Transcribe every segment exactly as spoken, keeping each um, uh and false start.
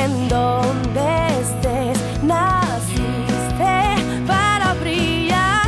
En donde estés, naciste para brillar,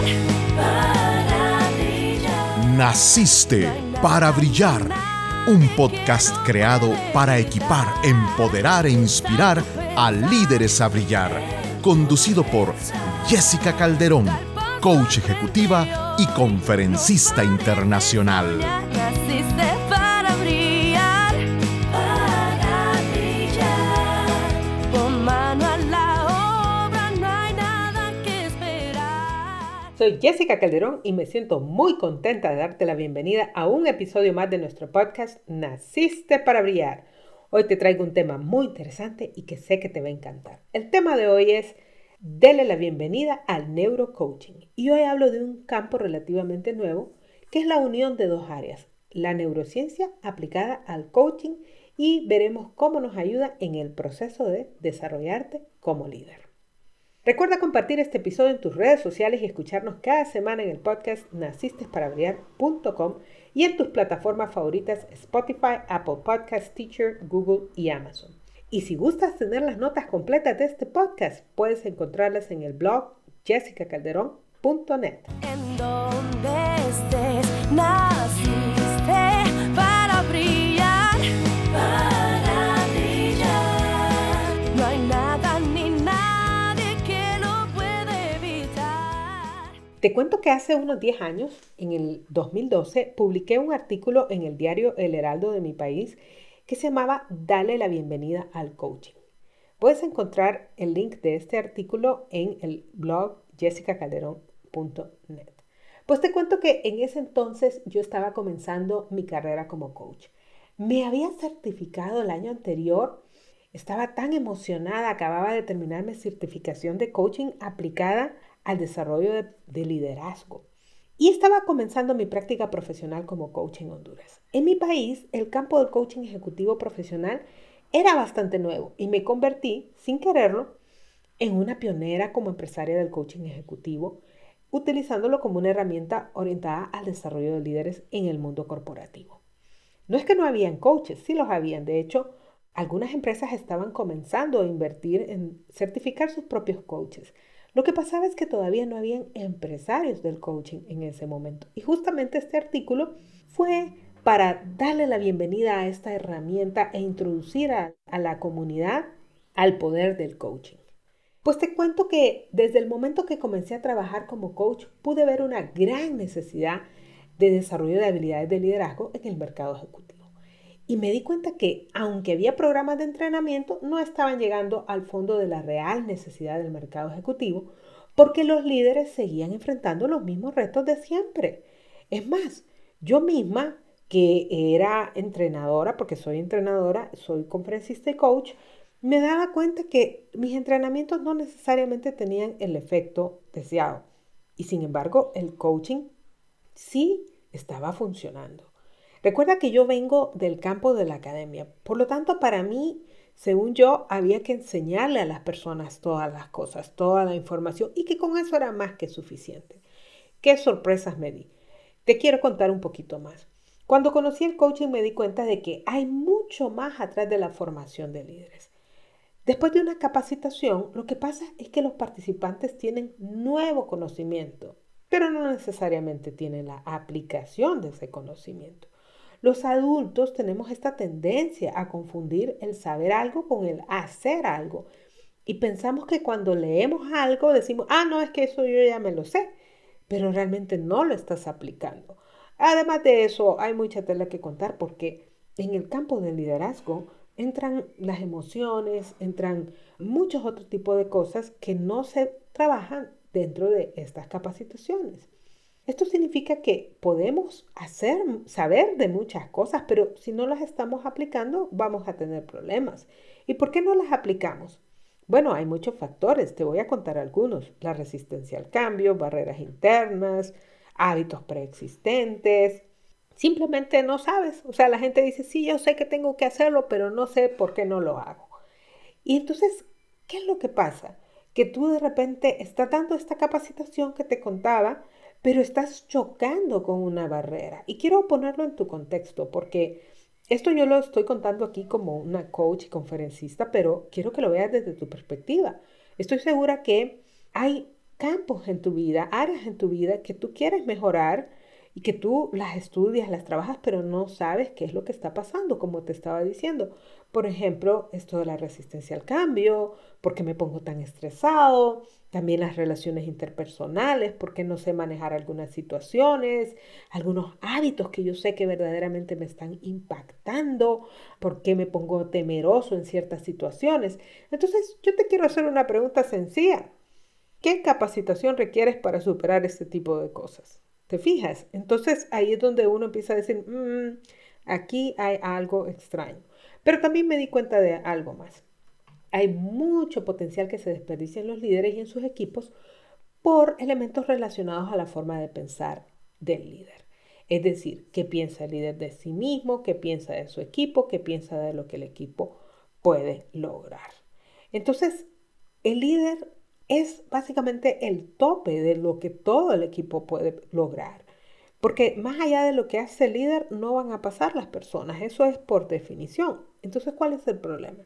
para brillar. Naciste para brillar. Un podcast creado para equipar, empoderar e inspirar a líderes a brillar. Conducido por Jessica Calderón, coach ejecutiva y conferencista internacional. Naciste para brillar, para brillar. Pon mano a la obra, no hay nada que esperar. Soy Jessica Calderón y me siento muy contenta de darte la bienvenida a un episodio más de nuestro podcast Naciste para brillar. Hoy te traigo un tema muy interesante y que sé que te va a encantar. El tema de hoy es Dele la bienvenida al neurocoaching. Y hoy hablo de un campo relativamente nuevo, que es la unión de dos áreas, la neurociencia aplicada al coaching, y veremos cómo nos ayuda en el proceso de desarrollarte como líder. Recuerda compartir este episodio en tus redes sociales y escucharnos cada semana en el podcast nacistes para brillar punto com y en tus plataformas favoritas Spotify, Apple Podcasts, Stitcher, Google y Amazon. Y si gustas tener las notas completas de este podcast, puedes encontrarlas en el blog jessica calderón punto net. En donde estés, naciste para brillar, para brillar. No hay nada ni nadie que lo puede evitar. Te cuento que hace unos diez años, en el dos mil doce, publiqué un artículo en el diario El Heraldo de mi país que se llamaba Dale la bienvenida al coaching. Puedes encontrar el link de este artículo en el blog jessica calderón punto net. Pues te cuento que en ese entonces yo estaba comenzando mi carrera como coach. Me había certificado el año anterior, estaba tan emocionada, acababa de terminar mi certificación de coaching aplicada al desarrollo de, de liderazgo. Y estaba comenzando mi práctica profesional como coach en Honduras. En mi país, el campo del coaching ejecutivo profesional era bastante nuevo y me convertí, sin quererlo, en una pionera como empresaria del coaching ejecutivo, utilizándolo como una herramienta orientada al desarrollo de líderes en el mundo corporativo. No es que no habían coaches, sí los habían. De hecho, algunas empresas estaban comenzando a invertir en certificar sus propios coaches. Lo que pasaba es que todavía no habían empresarios del coaching en ese momento. Y justamente este artículo fue para darle la bienvenida a esta herramienta e introducir a, a la comunidad al poder del coaching. Pues te cuento que desde el momento que comencé a trabajar como coach, pude ver una gran necesidad de desarrollo de habilidades de liderazgo en el mercado ejecutivo. Y me di cuenta que, aunque había programas de entrenamiento, no estaban llegando al fondo de la real necesidad del mercado ejecutivo, porque los líderes seguían enfrentando los mismos retos de siempre. Es más, yo misma, que era entrenadora, porque soy entrenadora, soy conferencista y coach, me daba cuenta que mis entrenamientos no necesariamente tenían el efecto deseado. Y sin embargo, el coaching sí estaba funcionando. Recuerda que yo vengo del campo de la academia, por lo tanto para mí, según yo, había que enseñarle a las personas todas las cosas, toda la información, y que con eso era más que suficiente. ¿Qué sorpresas me di? Te quiero contar un poquito más. Cuando conocí el coaching me di cuenta de que hay mucho más atrás de la formación de líderes. Después de una capacitación, lo que pasa es que los participantes tienen nuevo conocimiento, pero no necesariamente tienen la aplicación de ese conocimiento. Los adultos tenemos esta tendencia a confundir el saber algo con el hacer algo. Y pensamos que cuando leemos algo decimos, ah, no, es que eso yo ya me lo sé, pero realmente no lo estás aplicando. Además de eso, hay mucha tela que contar porque en el campo del liderazgo entran las emociones, entran muchos otros tipos de cosas que no se trabajan dentro de estas capacitaciones. Esto significa que podemos hacer, saber de muchas cosas, pero si no las estamos aplicando, vamos a tener problemas. ¿Y por qué no las aplicamos? Bueno, hay muchos factores, te voy a contar algunos. La resistencia al cambio, barreras internas, hábitos preexistentes. Simplemente no sabes. O sea, la gente dice, sí, yo sé que tengo que hacerlo, pero no sé por qué no lo hago. Y entonces, ¿qué es lo que pasa? Que tú de repente estás dando esta capacitación que te contaba, pero estás chocando con una barrera. Y quiero ponerlo en tu contexto porque Esto yo lo estoy contando aquí como una coach y conferencista, pero quiero que lo veas desde tu perspectiva. Estoy segura que hay campos en tu vida, áreas en tu vida que tú quieres mejorar y que tú las estudias, las trabajas, pero no sabes qué es lo que está pasando, como te estaba diciendo. Por ejemplo, esto de la resistencia al cambio, por qué me pongo tan estresado, también las relaciones interpersonales, por qué no sé manejar algunas situaciones, algunos hábitos que yo sé que verdaderamente me están impactando, por qué me pongo temeroso en ciertas situaciones. Entonces, yo te quiero hacer una pregunta sencilla. ¿Qué capacitación requieres para superar este tipo de cosas? ¿Te fijas? Entonces ahí es donde uno empieza a decir, mmm, aquí hay algo extraño. Pero también me di cuenta de algo más. Hay mucho potencial que se desperdicia en los líderes y en sus equipos por elementos relacionados a la forma de pensar del líder. Es decir, qué piensa el líder de sí mismo, qué piensa de su equipo, qué piensa de lo que el equipo puede lograr. Entonces, el líder es básicamente el tope de lo que todo el equipo puede lograr. Porque más allá de lo que hace el líder, no van a pasar las personas. Eso es por definición. Entonces, ¿cuál es el problema?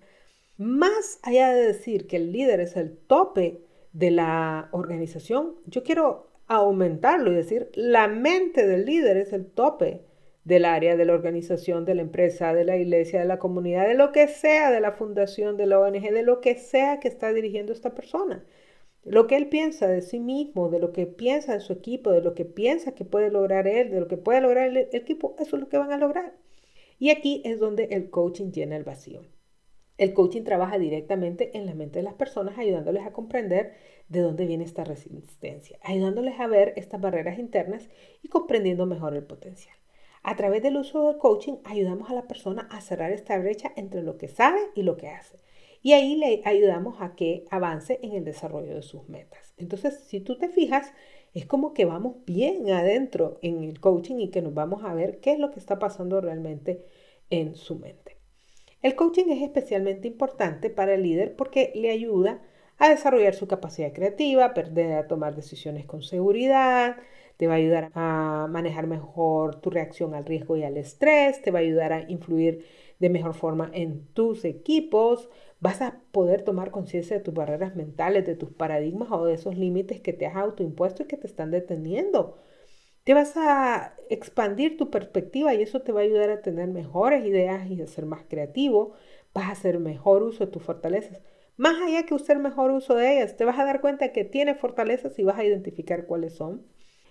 Más allá de decir que el líder es el tope de la organización, yo quiero aumentarlo y decir, la mente del líder es el tope del área, de la organización, de la empresa, de la iglesia, de la comunidad, de lo que sea, de la fundación, de la O N G, de lo que sea que está dirigiendo esta persona. Lo que él piensa de sí mismo, de lo que piensa de su equipo, de lo que piensa que puede lograr él, de lo que puede lograr el, el equipo, eso es lo que van a lograr. Y aquí es donde el coaching llena el vacío. El coaching trabaja directamente en la mente de las personas, ayudándoles a comprender de dónde viene esta resistencia, ayudándoles a ver estas barreras internas y comprendiendo mejor el potencial. A través del uso del coaching ayudamos a la persona a cerrar esta brecha entre lo que sabe y lo que hace. Y ahí le ayudamos a que avance en el desarrollo de sus metas. Entonces, si tú te fijas, es como que vamos bien adentro en el coaching y que nos vamos a ver qué es lo que está pasando realmente en su mente. El coaching es especialmente importante para el líder porque le ayuda a desarrollar su capacidad creativa, aprender a tomar decisiones con seguridad, te va a ayudar a manejar mejor tu reacción al riesgo y al estrés, te va a ayudar a influir de mejor forma en tus equipos, vas a poder tomar conciencia de tus barreras mentales, de tus paradigmas o de esos límites que te has autoimpuesto y que te están deteniendo. Te vas a expandir tu perspectiva y eso te va a ayudar a tener mejores ideas y a ser más creativo. Vas a hacer mejor uso de tus fortalezas. Más allá que hacer mejor uso de ellas, te vas a dar cuenta que tienes fortalezas y vas a identificar cuáles son.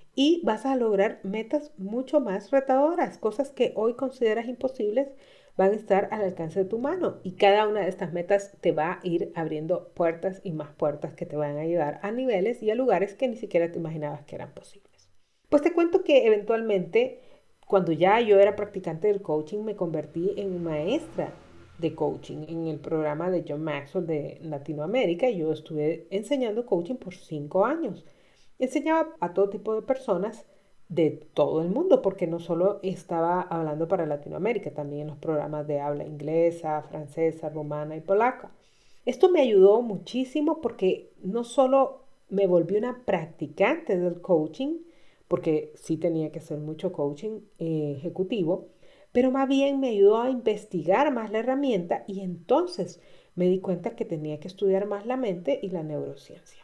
Y vas a lograr metas mucho más retadoras, cosas que hoy consideras imposibles van a estar al alcance de tu mano. Y cada una de estas metas te va a ir abriendo puertas y más puertas que te van a llevar a niveles y a lugares que ni siquiera te imaginabas que eran posibles. Pues te cuento que eventualmente, cuando ya yo era practicante del coaching, me convertí en maestra de coaching en el programa de John Maxwell de Latinoamérica. Yo estuve enseñando coaching por cinco años. Enseñaba a todo tipo de personas de todo el mundo, porque no solo estaba hablando para Latinoamérica, también en los programas de habla inglesa, francesa, rumana y polaca. Esto me ayudó muchísimo porque no solo me volví una practicante del coaching, porque sí tenía que hacer mucho coaching eh, ejecutivo, pero más bien me ayudó a investigar más la herramienta y entonces me di cuenta que tenía que estudiar más la mente y la neurociencia.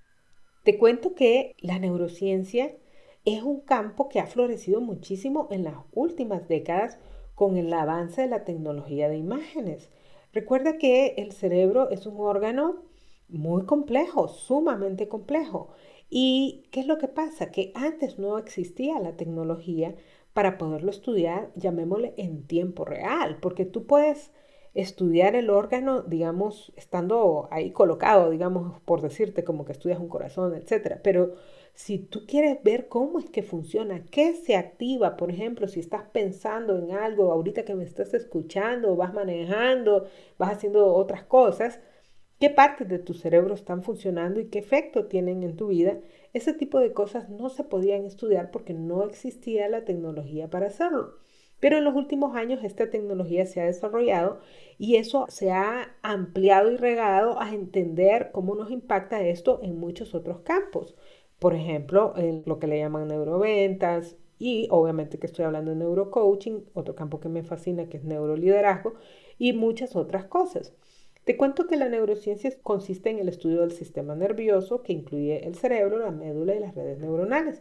Te cuento que la neurociencia es un campo que ha florecido muchísimo en las últimas décadas con el avance de la tecnología de imágenes. Recuerda que el cerebro es un órgano muy complejo, sumamente complejo. ¿Y qué es lo que pasa? Que antes no existía la tecnología para poderlo estudiar, llamémosle en tiempo real, porque tú puedes estudiar el órgano, digamos, estando ahí colocado, digamos, por decirte, como que estudias un corazón, etcétera. Pero si tú quieres ver cómo es que funciona, qué se activa, por ejemplo, si estás pensando en algo, ahorita que me estás escuchando, vas manejando, vas haciendo otras cosas, qué partes de tu cerebro están funcionando y qué efecto tienen en tu vida, ese tipo de cosas no se podían estudiar porque no existía la tecnología para hacerlo. Pero en los últimos años esta tecnología se ha desarrollado y eso se ha ampliado y regado a entender cómo nos impacta esto en muchos otros campos. Por ejemplo, en lo que le llaman neuroventas, Y obviamente que estoy hablando de neurocoaching, otro campo que me fascina que es neuroliderazgo y muchas otras cosas. Te cuento que la neurociencia consiste en el estudio del sistema nervioso que incluye el cerebro, la médula y las redes neuronales.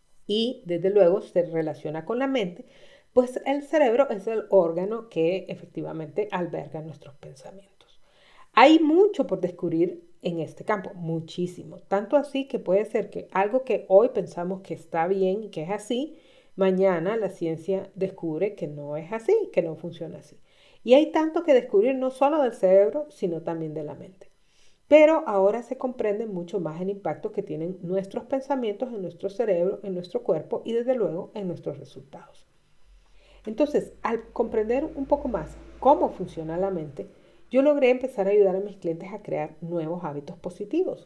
Y desde luego se relaciona con la mente, pues el cerebro es el órgano que efectivamente alberga nuestros pensamientos. Hay mucho por descubrir en este campo, muchísimo. Tanto así que puede ser que algo que hoy pensamos que está bien y que es así, mañana la ciencia descubre que no es así, que no funciona así. Y hay tanto que descubrir no solo del cerebro, sino también de la mente. Pero ahora se comprende mucho más el impacto que tienen nuestros pensamientos en nuestro cerebro, en nuestro cuerpo y desde luego en nuestros resultados. Entonces, al comprender un poco más cómo funciona la mente, yo logré empezar a ayudar a mis clientes a crear nuevos hábitos positivos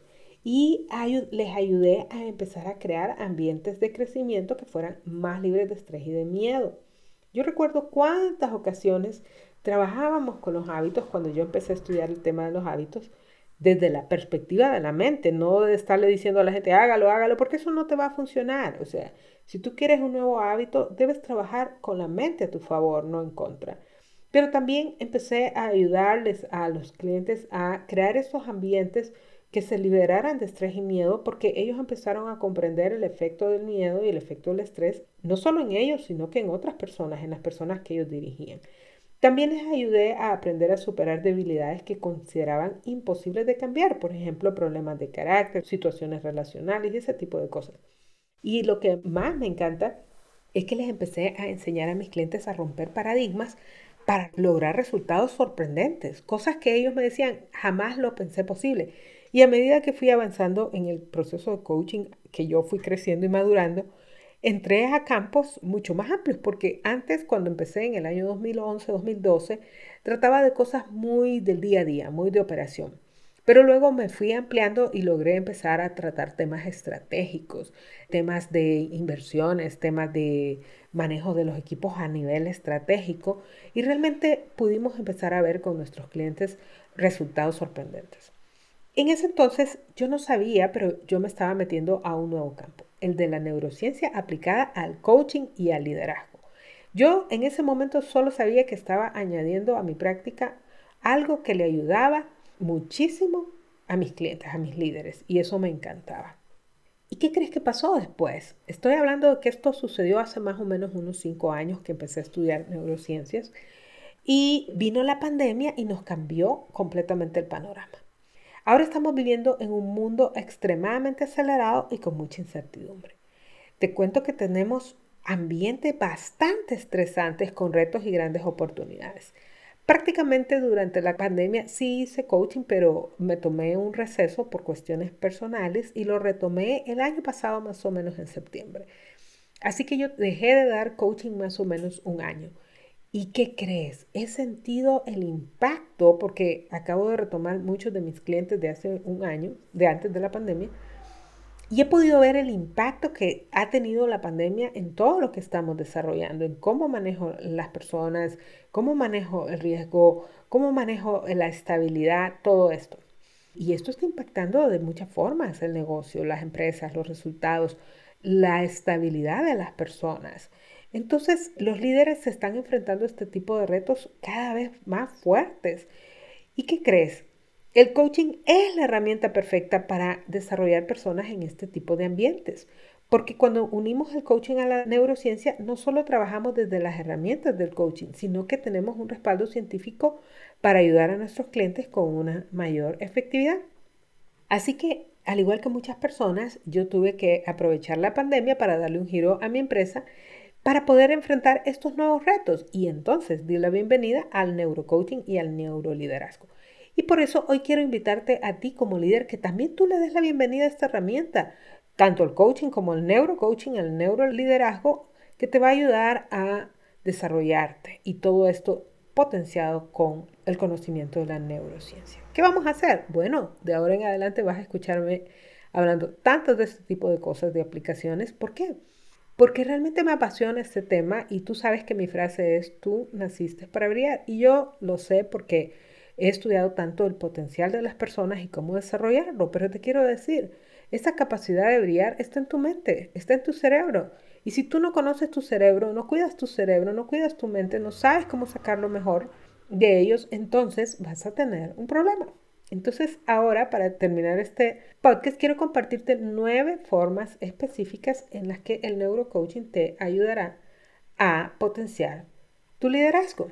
y les ayudé a empezar a crear ambientes de crecimiento que fueran más libres de estrés y de miedo. Yo recuerdo cuántas ocasiones trabajábamos con los hábitos cuando yo empecé a estudiar el tema de los hábitos desde la perspectiva de la mente, no de estarle diciendo a la gente hágalo, hágalo, porque eso no te va a funcionar. O sea, si tú quieres un nuevo hábito, debes trabajar con la mente a tu favor, no en contra. Pero también empecé a ayudarles a los clientes a crear esos ambientes que se liberaran de estrés y miedo porque ellos empezaron a comprender el efecto del miedo y el efecto del estrés, no solo en ellos, sino que en otras personas, en las personas que ellos dirigían. También les ayudé a aprender a superar debilidades que consideraban imposibles de cambiar, por ejemplo, problemas de carácter, situaciones relacionales y ese tipo de cosas. Y lo que más me encanta es que les empecé a enseñar a mis clientes a romper paradigmas para lograr resultados sorprendentes, cosas que ellos me decían, jamás lo pensé posible. Y a medida que fui avanzando en el proceso de coaching, que yo fui creciendo y madurando, entré a campos mucho más amplios, porque antes, cuando empecé en el año dos mil once, dos mil doce, trataba de cosas muy del día a día, muy de operación. Pero luego me fui ampliando y logré empezar a tratar temas estratégicos, temas de inversiones, temas de manejo de los equipos a nivel estratégico y realmente pudimos empezar a ver con nuestros clientes resultados sorprendentes. En ese entonces yo no sabía, pero yo me estaba metiendo a un nuevo campo, el de la neurociencia aplicada al coaching y al liderazgo. Yo en ese momento solo sabía que estaba añadiendo a mi práctica algo que le ayudaba muchísimo a mis clientes, a mis líderes, y eso me encantaba. ¿Y qué crees que pasó después? Estoy hablando de que esto sucedió hace más o menos unos cinco años que empecé a estudiar neurociencias y vino la pandemia y nos cambió completamente el panorama. Ahora estamos viviendo en un mundo extremadamente acelerado y con mucha incertidumbre. Te cuento que tenemos ambientes bastante estresantes con retos y grandes oportunidades. Prácticamente durante la pandemia sí hice coaching, pero me tomé un receso por cuestiones personales y lo retomé el año pasado más o menos en septiembre. Así que yo dejé de dar coaching más o menos un año. ¿Y qué crees? He sentido el impacto porque acabo de retomar muchos de mis clientes de hace un año, de antes de la pandemia, y he podido ver el impacto que ha tenido la pandemia en todo lo que estamos desarrollando, en cómo manejo las personas, cómo manejo el riesgo, cómo manejo la estabilidad, todo esto. Y esto está impactando de muchas formas el negocio, las empresas, los resultados, la estabilidad de las personas. Entonces, los líderes se están enfrentando a este tipo de retos cada vez más fuertes. ¿Y qué crees? El coaching es la herramienta perfecta para desarrollar personas en este tipo de ambientes, porque cuando unimos el coaching a la neurociencia, no solo trabajamos desde las herramientas del coaching, sino que tenemos un respaldo científico para ayudar a nuestros clientes con una mayor efectividad. Así que, al igual que muchas personas, yo tuve que aprovechar la pandemia para darle un giro a mi empresa para poder enfrentar estos nuevos retos y entonces di la bienvenida al neurocoaching y al neuroliderazgo. Y por eso hoy quiero invitarte a ti como líder que también tú le des la bienvenida a esta herramienta, tanto el coaching como el neurocoaching, el neuroliderazgo, que te va a ayudar a desarrollarte y todo esto potenciado con el conocimiento de la neurociencia. ¿Qué vamos a hacer? Bueno, de ahora en adelante vas a escucharme hablando tanto de este tipo de cosas, de aplicaciones. ¿Por qué? Porque realmente me apasiona este tema y tú sabes que mi frase es, tú naciste para brillar. Y yo lo sé porque he estudiado tanto el potencial de las personas y cómo desarrollarlo. Pero te quiero decir, esa capacidad de brillar está en tu mente, está en tu cerebro. Y si tú no conoces tu cerebro, no cuidas tu cerebro, no cuidas tu mente, no sabes cómo sacarlo mejor de ellos, entonces vas a tener un problema. Entonces ahora, para terminar este podcast, quiero compartirte nueve formas específicas en las que el neurocoaching te ayudará a potenciar tu liderazgo.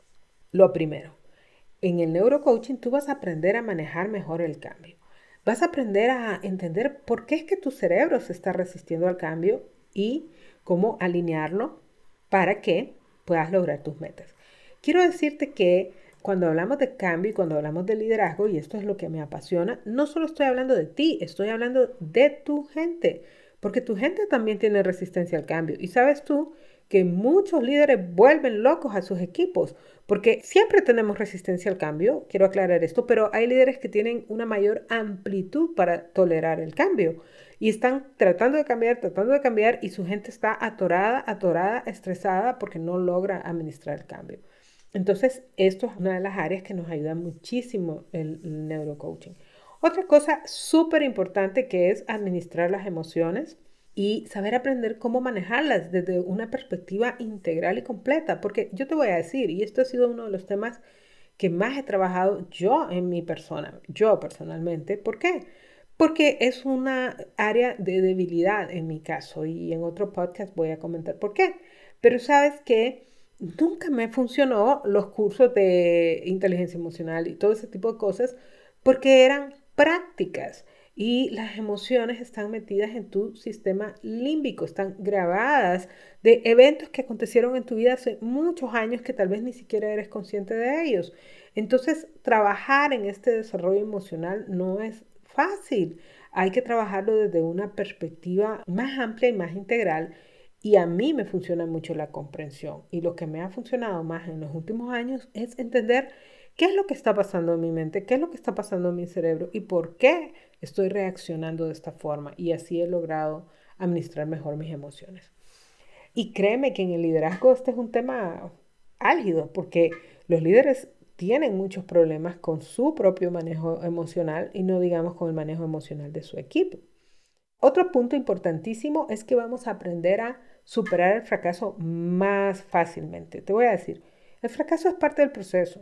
Lo primero, en el neurocoaching tú vas a aprender a manejar mejor el cambio. Vas a aprender a entender por qué es que tu cerebro se está resistiendo al cambio y cómo alinearlo para que puedas lograr tus metas. Quiero decirte que cuando hablamos de cambio y cuando hablamos de liderazgo, y esto es lo que me apasiona, no solo estoy hablando de ti, estoy hablando de tu gente, porque tu gente también tiene resistencia al cambio. Y sabes tú que muchos líderes vuelven locos a sus equipos, porque siempre tenemos resistencia al cambio, quiero aclarar esto, pero hay líderes que tienen una mayor amplitud para tolerar el cambio y están tratando de cambiar, tratando de cambiar y su gente está atorada, atorada, estresada porque no logra administrar el cambio. Entonces, esto es una de las áreas que nos ayuda muchísimo el, el neurocoaching. Otra cosa súper importante que es administrar las emociones y saber aprender cómo manejarlas desde una perspectiva integral y completa. Porque yo te voy a decir, y esto ha sido uno de los temas que más he trabajado yo en mi persona, yo personalmente. ¿Por qué? Porque es una área de debilidad en mi caso y en otro podcast voy a comentar por qué. Pero sabes que nunca me funcionó los cursos de inteligencia emocional y todo ese tipo de cosas porque eran prácticas. Y las emociones están metidas en tu sistema límbico, están grabadas de eventos que acontecieron en tu vida hace muchos años que tal vez ni siquiera eres consciente de ellos. Entonces, trabajar en este desarrollo emocional no es fácil. Hay que trabajarlo desde una perspectiva más amplia y más integral. Y a mí me funciona mucho la comprensión. Y lo que me ha funcionado más en los últimos años es entender qué es lo que está pasando en mi mente, qué es lo que está pasando en mi cerebro y por qué estoy reaccionando de esta forma. Y así he logrado administrar mejor mis emociones. Y créeme que en el liderazgo este es un tema álgido porque los líderes tienen muchos problemas con su propio manejo emocional y no digamos con el manejo emocional de su equipo. Otro punto importantísimo es que vamos a aprender a superar el fracaso más fácilmente. Te voy a decir, el fracaso es parte del proceso.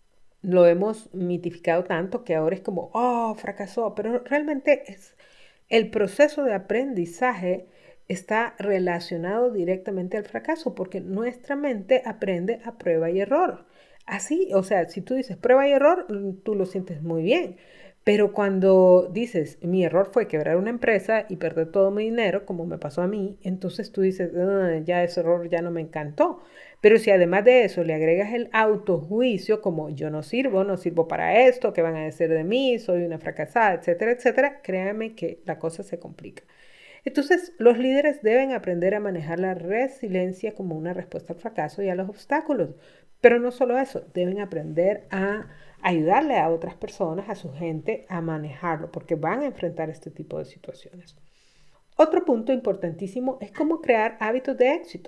Lo hemos mitificado tanto que ahora es como, oh, fracasó, pero realmente es el proceso de aprendizaje está relacionado directamente al fracaso porque nuestra mente aprende a prueba y error. Así, o sea, si tú dices prueba y error, tú lo sientes muy bien. Pero cuando dices, mi error fue quebrar una empresa y perder todo mi dinero, como me pasó a mí, entonces tú dices, ah, ya ese error ya no me encantó. Pero si además de eso le agregas el autojuicio, como yo no sirvo, no sirvo para esto, ¿qué van a decir de mí? Soy una fracasada, etcétera, etcétera, créame que la cosa se complica. Entonces, los líderes deben aprender a manejar la resiliencia como una respuesta al fracaso y a los obstáculos. Pero no solo eso, deben aprender a ayudarle a otras personas, a su gente, a manejarlo, porque van a enfrentar este tipo de situaciones. Otro punto importantísimo es cómo crear hábitos de éxito.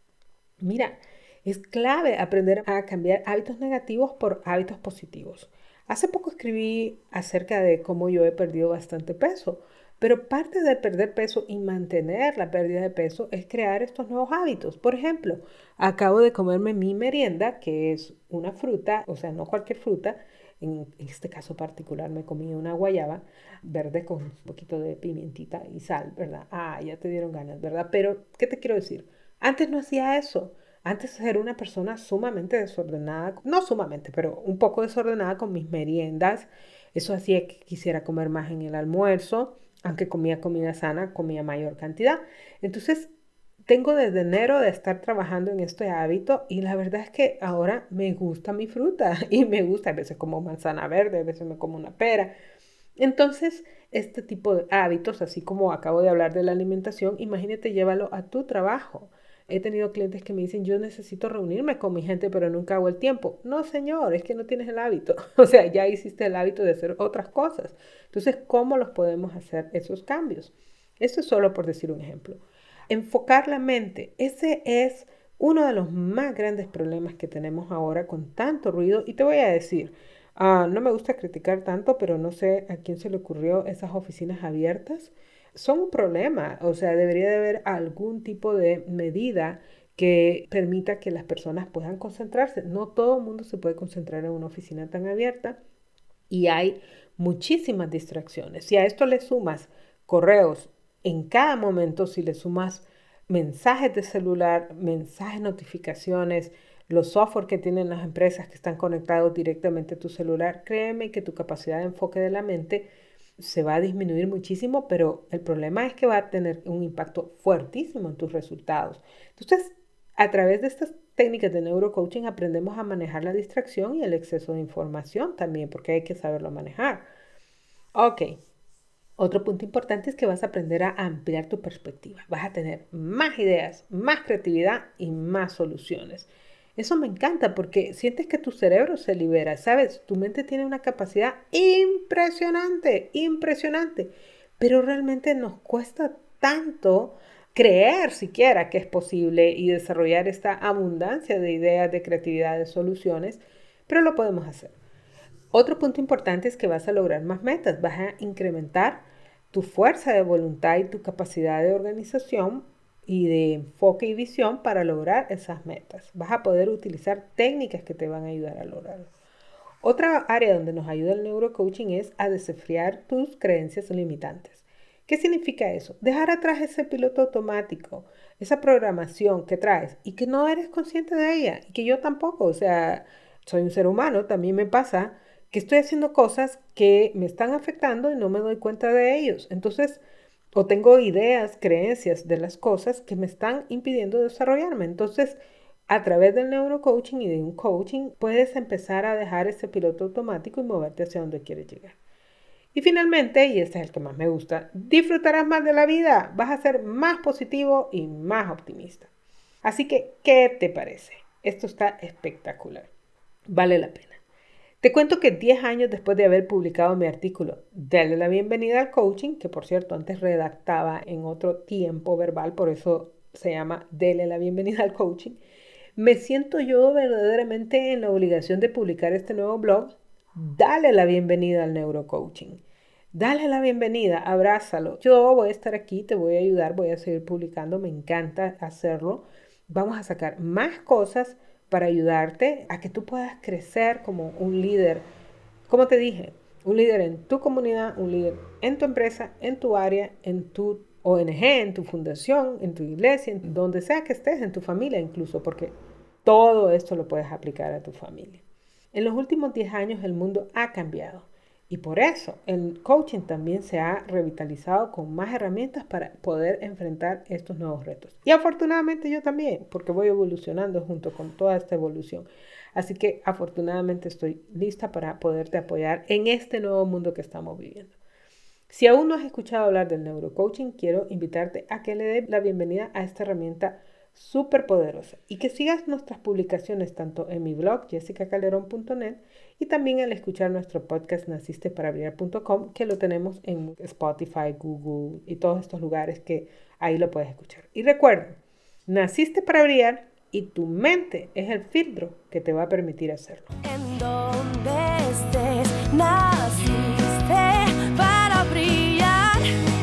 Mira, es clave aprender a cambiar hábitos negativos por hábitos positivos. Hace poco escribí acerca de cómo yo he perdido bastante peso, pero parte de perder peso y mantener la pérdida de peso es crear estos nuevos hábitos. Por ejemplo, acabo de comerme mi merienda, que es una fruta, o sea, no cualquier fruta. En este caso particular me comí una guayaba verde con un poquito de pimientita y sal, ¿verdad? Ah, ya te dieron ganas, ¿verdad? Pero, ¿qué te quiero decir? Antes no hacía eso. Antes era una persona sumamente desordenada, no sumamente, pero un poco desordenada con mis meriendas. Eso hacía que quisiera comer más en el almuerzo. Aunque comía comida sana, comía mayor cantidad. Entonces, tengo desde enero de estar trabajando en este hábito y la verdad es que ahora me gusta mi fruta y me gusta, a veces como manzana verde, a veces me como una pera. Entonces, este tipo de hábitos, así como acabo de hablar de la alimentación, imagínate, llévalo a tu trabajo. He tenido clientes que me dicen, yo necesito reunirme con mi gente, pero nunca hago el tiempo. No, señor, es que no tienes el hábito. O sea, ya hiciste el hábito de hacer otras cosas. Entonces, ¿cómo los podemos hacer esos cambios? Esto es solo por decir un ejemplo. Enfocar la mente. Ese es uno de los más grandes problemas que tenemos ahora con tanto ruido. Y te voy a decir, uh, no me gusta criticar tanto, pero no sé a quién se le ocurrió esas oficinas abiertas. son un problema. O sea, debería de haber algún tipo de medida que permita que las personas puedan concentrarse. No todo el mundo se puede concentrar en una oficina tan abierta y hay muchísimas distracciones. Si a esto le sumas correos en cada momento, si le sumas mensajes de celular, mensajes, notificaciones, los software que tienen las empresas que están conectados directamente a tu celular, créeme que tu capacidad de enfoque de la mente se va a disminuir muchísimo, pero el problema es que va a tener un impacto fuertísimo en tus resultados. Entonces, a través de estas técnicas de neurocoaching aprendemos a manejar la distracción y el exceso de información también, porque hay que saberlo manejar. Ok. Otro punto importante es que vas a aprender a ampliar tu perspectiva. Vas a tener más ideas, más creatividad y más soluciones. Eso me encanta porque sientes que tu cerebro se libera, ¿sabes? Tu mente tiene una capacidad impresionante, impresionante. Pero realmente nos cuesta tanto creer siquiera que es posible y desarrollar esta abundancia de ideas, de creatividad, de soluciones, pero lo podemos hacer. Otro punto importante es que vas a lograr más metas, vas a incrementar tu fuerza de voluntad y tu capacidad de organización y de enfoque y visión para lograr esas metas. Vas a poder utilizar técnicas que te van a ayudar a lograrlo. Otra área donde nos ayuda el neurocoaching es a desafiar tus creencias limitantes. ¿Qué significa eso? Dejar atrás ese piloto automático, esa programación que traes y que no eres consciente de ella y que yo tampoco, o sea, soy un ser humano, también me pasa que estoy haciendo cosas que me están afectando y no me doy cuenta de ellos. Entonces, o tengo ideas, creencias de las cosas que me están impidiendo desarrollarme. Entonces, a través del neurocoaching y de un coaching, puedes empezar a dejar ese piloto automático y moverte hacia donde quieres llegar. Y finalmente, y este es el que más me gusta, disfrutarás más de la vida. Vas a ser más positivo y más optimista. Así que, ¿qué te parece? Esto está espectacular. Vale la pena. Te cuento que diez años después de haber publicado mi artículo Dale la bienvenida al coaching, que por cierto antes redactaba en otro tiempo verbal, por eso se llama Dale la bienvenida al coaching, me siento yo verdaderamente en la obligación de publicar este nuevo blog. Dale la bienvenida al neurocoaching. Dale la bienvenida, abrázalo. Yo voy a estar aquí, te voy a ayudar, voy a seguir publicando, me encanta hacerlo. Vamos a sacar más cosas para ayudarte a que tú puedas crecer como un líder. Como te dije, un líder en tu comunidad, un líder en tu empresa, en tu área, en tu O N G, en tu fundación, en tu iglesia, en donde sea que estés, en tu familia incluso, porque todo esto lo puedes aplicar a tu familia. En los últimos diez años el mundo ha cambiado y por eso el coaching también se ha revitalizado con más herramientas para poder enfrentar estos nuevos retos. Y afortunadamente yo también, porque voy evolucionando junto con toda esta evolución. Así que afortunadamente estoy lista para poderte apoyar en este nuevo mundo que estamos viviendo. Si aún no has escuchado hablar del neurocoaching, quiero invitarte a que le des la bienvenida a esta herramienta súper poderosa y que sigas nuestras publicaciones tanto en mi blog jessica calderón punto net y también al escuchar nuestro podcast naciste para brillar punto com, que lo tenemos en Spotify, Google y todos estos lugares que ahí lo puedes escuchar. Y recuerda, naciste para brillar y tu mente es el filtro que te va a permitir hacerlo. En donde estés, naciste para brillar,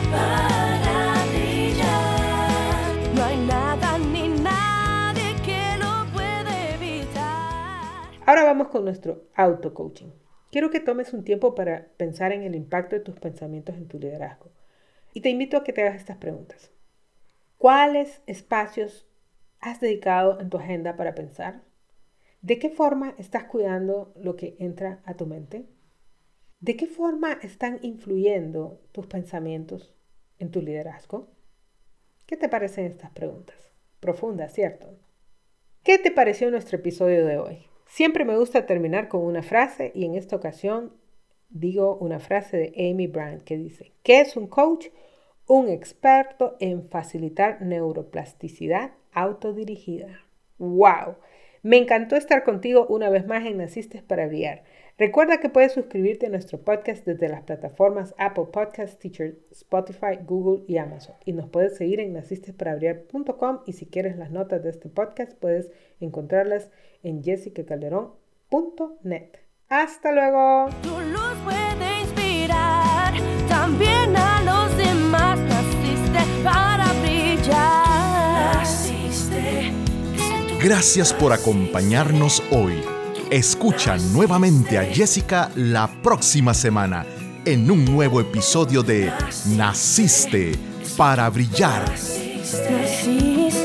para brillar. No hay nada ni nadie que lo puede evitar. Ahora vamos con nuestro auto-coaching. Quiero que tomes un tiempo para pensar en el impacto de tus pensamientos en tu liderazgo. Y te invito a que te hagas estas preguntas. ¿Cuáles espacios has dedicado en tu agenda para pensar? ¿De qué forma estás cuidando lo que entra a tu mente? ¿De qué forma están influyendo tus pensamientos en tu liderazgo? ¿Qué te parecen estas preguntas? Profundas, ¿cierto? ¿Qué te pareció nuestro episodio de hoy? Siempre me gusta terminar con una frase y en esta ocasión digo una frase de Amy Brand que dice: ¿qué es un coach? Un experto en facilitar neuroplasticidad autodirigida. ¡Wow! Me encantó estar contigo una vez más en Naciste para Brillar. Recuerda que puedes suscribirte a nuestro podcast desde las plataformas Apple Podcasts, Stitcher, Spotify, Google y Amazon. Y nos puedes seguir en naciste para brillar punto com y si quieres las notas de este podcast puedes encontrarlas en jessica calderón punto net. ¡Hasta luego! Tu luz puede inspirar también a los demás. Gracias por acompañarnos hoy. Escucha nuevamente a Jessica la próxima semana en un nuevo episodio de Naciste para Brillar. Naciste